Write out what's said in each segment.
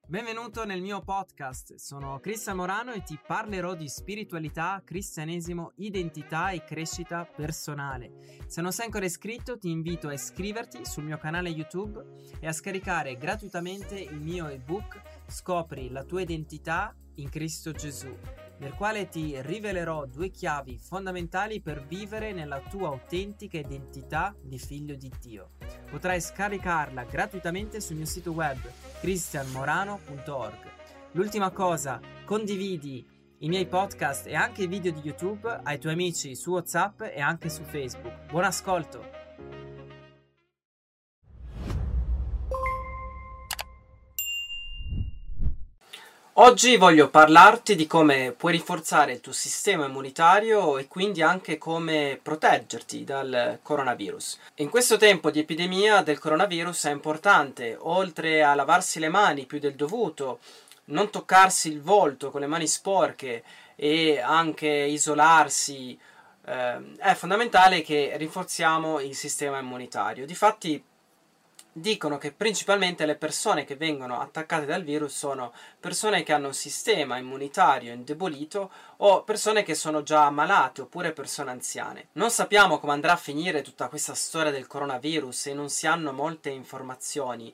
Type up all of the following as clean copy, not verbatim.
Benvenuto nel mio podcast, sono Cristian Morano e ti parlerò di spiritualità, cristianesimo, identità e crescita personale. Se non sei ancora iscritto ti invito a iscriverti sul mio canale YouTube e a scaricare gratuitamente il mio ebook Scopri la tua identità in Cristo Gesù, nel quale ti rivelerò 2 chiavi fondamentali per vivere nella tua autentica identità di figlio di Dio. Potrai scaricarla gratuitamente sul mio sito web cristianmorano.org. L'ultima cosa, condividi i miei podcast e anche i video di YouTube ai tuoi amici su WhatsApp e anche su Facebook. Buon ascolto! Oggi voglio parlarti di come puoi rinforzare il tuo sistema immunitario e quindi anche come proteggerti dal coronavirus. In questo tempo di epidemia del coronavirus è importante, oltre a lavarsi le mani più del dovuto, non toccarsi il volto con le mani sporche e anche isolarsi, è fondamentale che rinforziamo il sistema immunitario. Difatti dicono che principalmente le persone che vengono attaccate dal virus sono persone che hanno un sistema immunitario indebolito o persone che sono già ammalate oppure persone anziane. Non sappiamo come andrà a finire tutta questa storia del coronavirus e non si hanno molte informazioni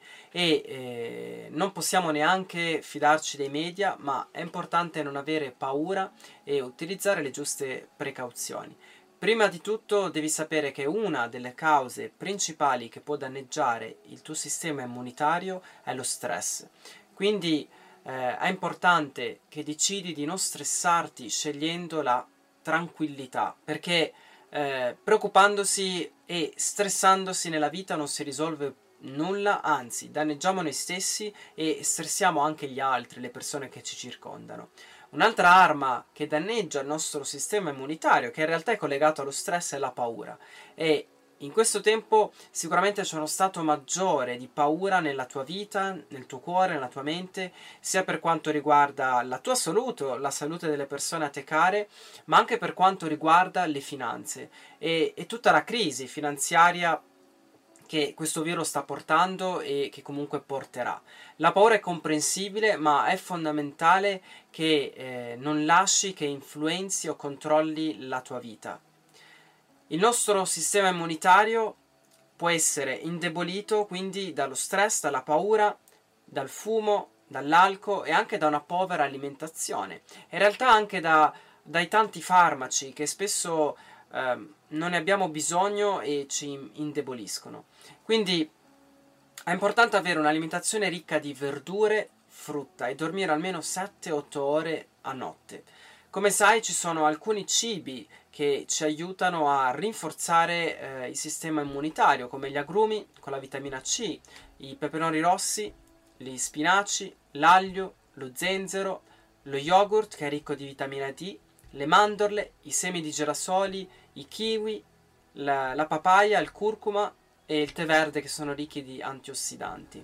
e non possiamo neanche fidarci dei media, ma è importante non avere paura e utilizzare le giuste precauzioni. Prima di tutto devi sapere che una delle cause principali che può danneggiare il tuo sistema immunitario è lo stress. Quindi è importante che decidi di non stressarti scegliendo la tranquillità, perché preoccupandosi e stressandosi nella vita non si risolve nulla, anzi danneggiamo noi stessi e stressiamo anche gli altri, le persone che ci circondano. Un'altra arma che danneggia il nostro sistema immunitario, che in realtà è collegato allo stress, è la paura. E in questo tempo sicuramente c'è uno stato maggiore di paura nella tua vita, nel tuo cuore, nella tua mente, sia per quanto riguarda la tua salute, la salute delle persone a te care, ma anche per quanto riguarda le finanze e tutta la crisi finanziaria che questo virus sta portando e che comunque porterà. La paura è comprensibile, ma è fondamentale che non lasci che influenzi o controlli la tua vita. Il nostro sistema immunitario può essere indebolito quindi dallo stress, dalla paura, dal fumo, dall'alcol e anche da una povera alimentazione. In realtà anche dai tanti farmaci che spesso non ne abbiamo bisogno e ci indeboliscono. Quindi è importante avere un'alimentazione ricca di verdure, frutta e dormire almeno 7-8 ore a notte. Come sai, ci sono alcuni cibi che ci aiutano a rinforzare il sistema immunitario, come gli agrumi con la vitamina C, i peperoni rossi, gli spinaci, l'aglio, lo zenzero, lo yogurt che è ricco di vitamina D, le mandorle, i semi di girasoli, i kiwi, la papaya, il curcuma e il tè verde che sono ricchi di antiossidanti.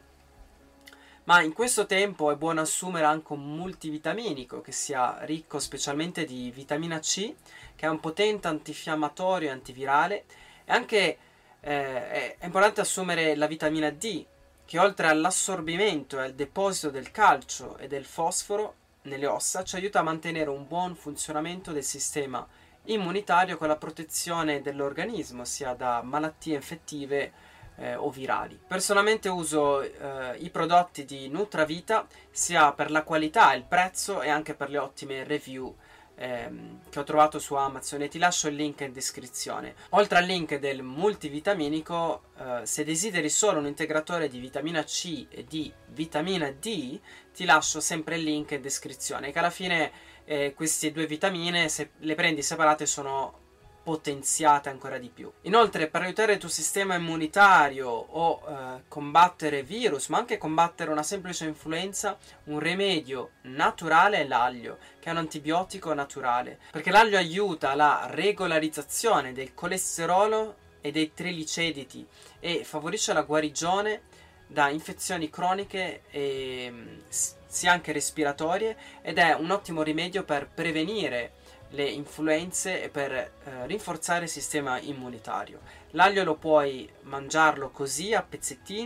Ma in questo tempo è buono assumere anche un multivitaminico che sia ricco specialmente di vitamina C, che è un potente antinfiammatorio e antivirale, e anche è importante assumere la vitamina D, che oltre all'assorbimento e al deposito del calcio e del fosforo nelle ossa ci aiuta a mantenere un buon funzionamento del sistema immunitario con la protezione dell'organismo sia da malattie infettive o virali. Personalmente uso i prodotti di Nutravita sia per la qualità, il prezzo e anche per le ottime review che ho trovato su Amazon e ti lascio il link in descrizione. Oltre al link del multivitaminico, se desideri solo un integratore di vitamina C e di vitamina D, ti lascio sempre il link in descrizione, che alla fine queste 2 vitamine, se le prendi separate, sono potenziate ancora di più. Inoltre, per aiutare il tuo sistema immunitario o combattere virus, ma anche combattere una semplice influenza, un rimedio naturale è l'aglio, che è un antibiotico naturale, perché l'aglio aiuta la regolarizzazione del colesterolo e dei trigliceridi e favorisce la guarigione da infezioni croniche e sia anche respiratorie, ed è un ottimo rimedio per prevenire le influenze e per rinforzare il sistema immunitario. L'aglio lo puoi mangiarlo così a pezzettini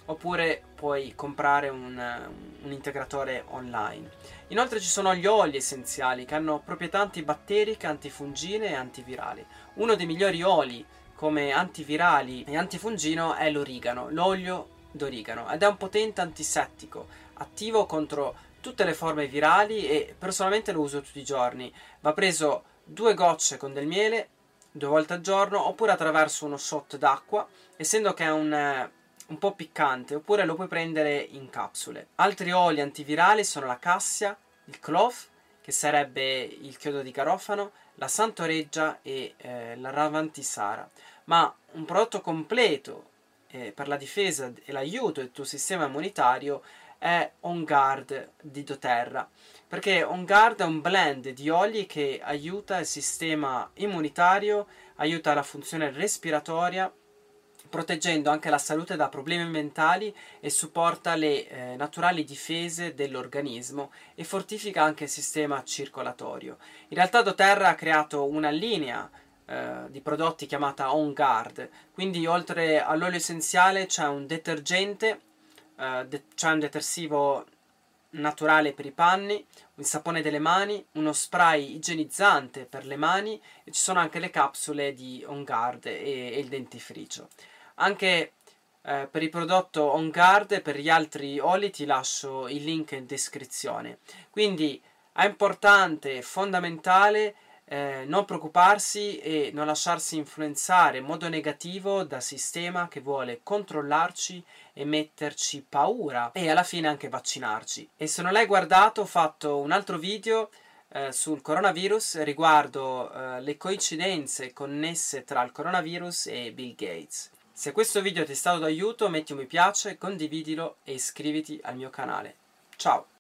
oppure puoi comprare un integratore online. Inoltre ci sono gli oli essenziali che hanno proprietà antibatteriche, antifungine e antivirali. Uno dei migliori oli come antivirali e antifungino è l'origano, l'olio d'origano, ed è un potente antisettico, attivo contro tutte le forme virali e personalmente lo uso tutti i giorni. Va preso 2 gocce con del miele 2 volte al giorno oppure attraverso uno shot d'acqua, essendo che è un po' piccante, oppure lo puoi prendere in capsule. Altri oli antivirali sono la cassia, il clove, che sarebbe il chiodo di garofano, la santoreggia e la ravantisara. Ma un prodotto completo per la difesa e l'aiuto del tuo sistema immunitario è On Guard di doTERRA, perché On Guard è un blend di oli che aiuta il sistema immunitario, aiuta la funzione respiratoria, proteggendo anche la salute da problemi mentali e supporta le naturali difese dell'organismo e fortifica anche il sistema circolatorio. In realtà doTERRA ha creato una linea di prodotti chiamata On Guard, quindi oltre all'olio essenziale c'è un detergente, c'è un detersivo naturale per i panni, un sapone delle mani, uno spray igienizzante per le mani e ci sono anche le capsule di On Guard e il dentifricio. Anche per il prodotto On Guard e per gli altri oli ti lascio il link in descrizione. Quindi è importante, fondamentale non preoccuparsi e non lasciarsi influenzare in modo negativo dal sistema che vuole controllarci e metterci paura e alla fine anche vaccinarci. E se non l'hai guardato, ho fatto un altro video sul coronavirus riguardo le coincidenze connesse tra il coronavirus e Bill Gates. Se questo video ti è stato d'aiuto, metti un mi piace, condividilo e iscriviti al mio canale. Ciao!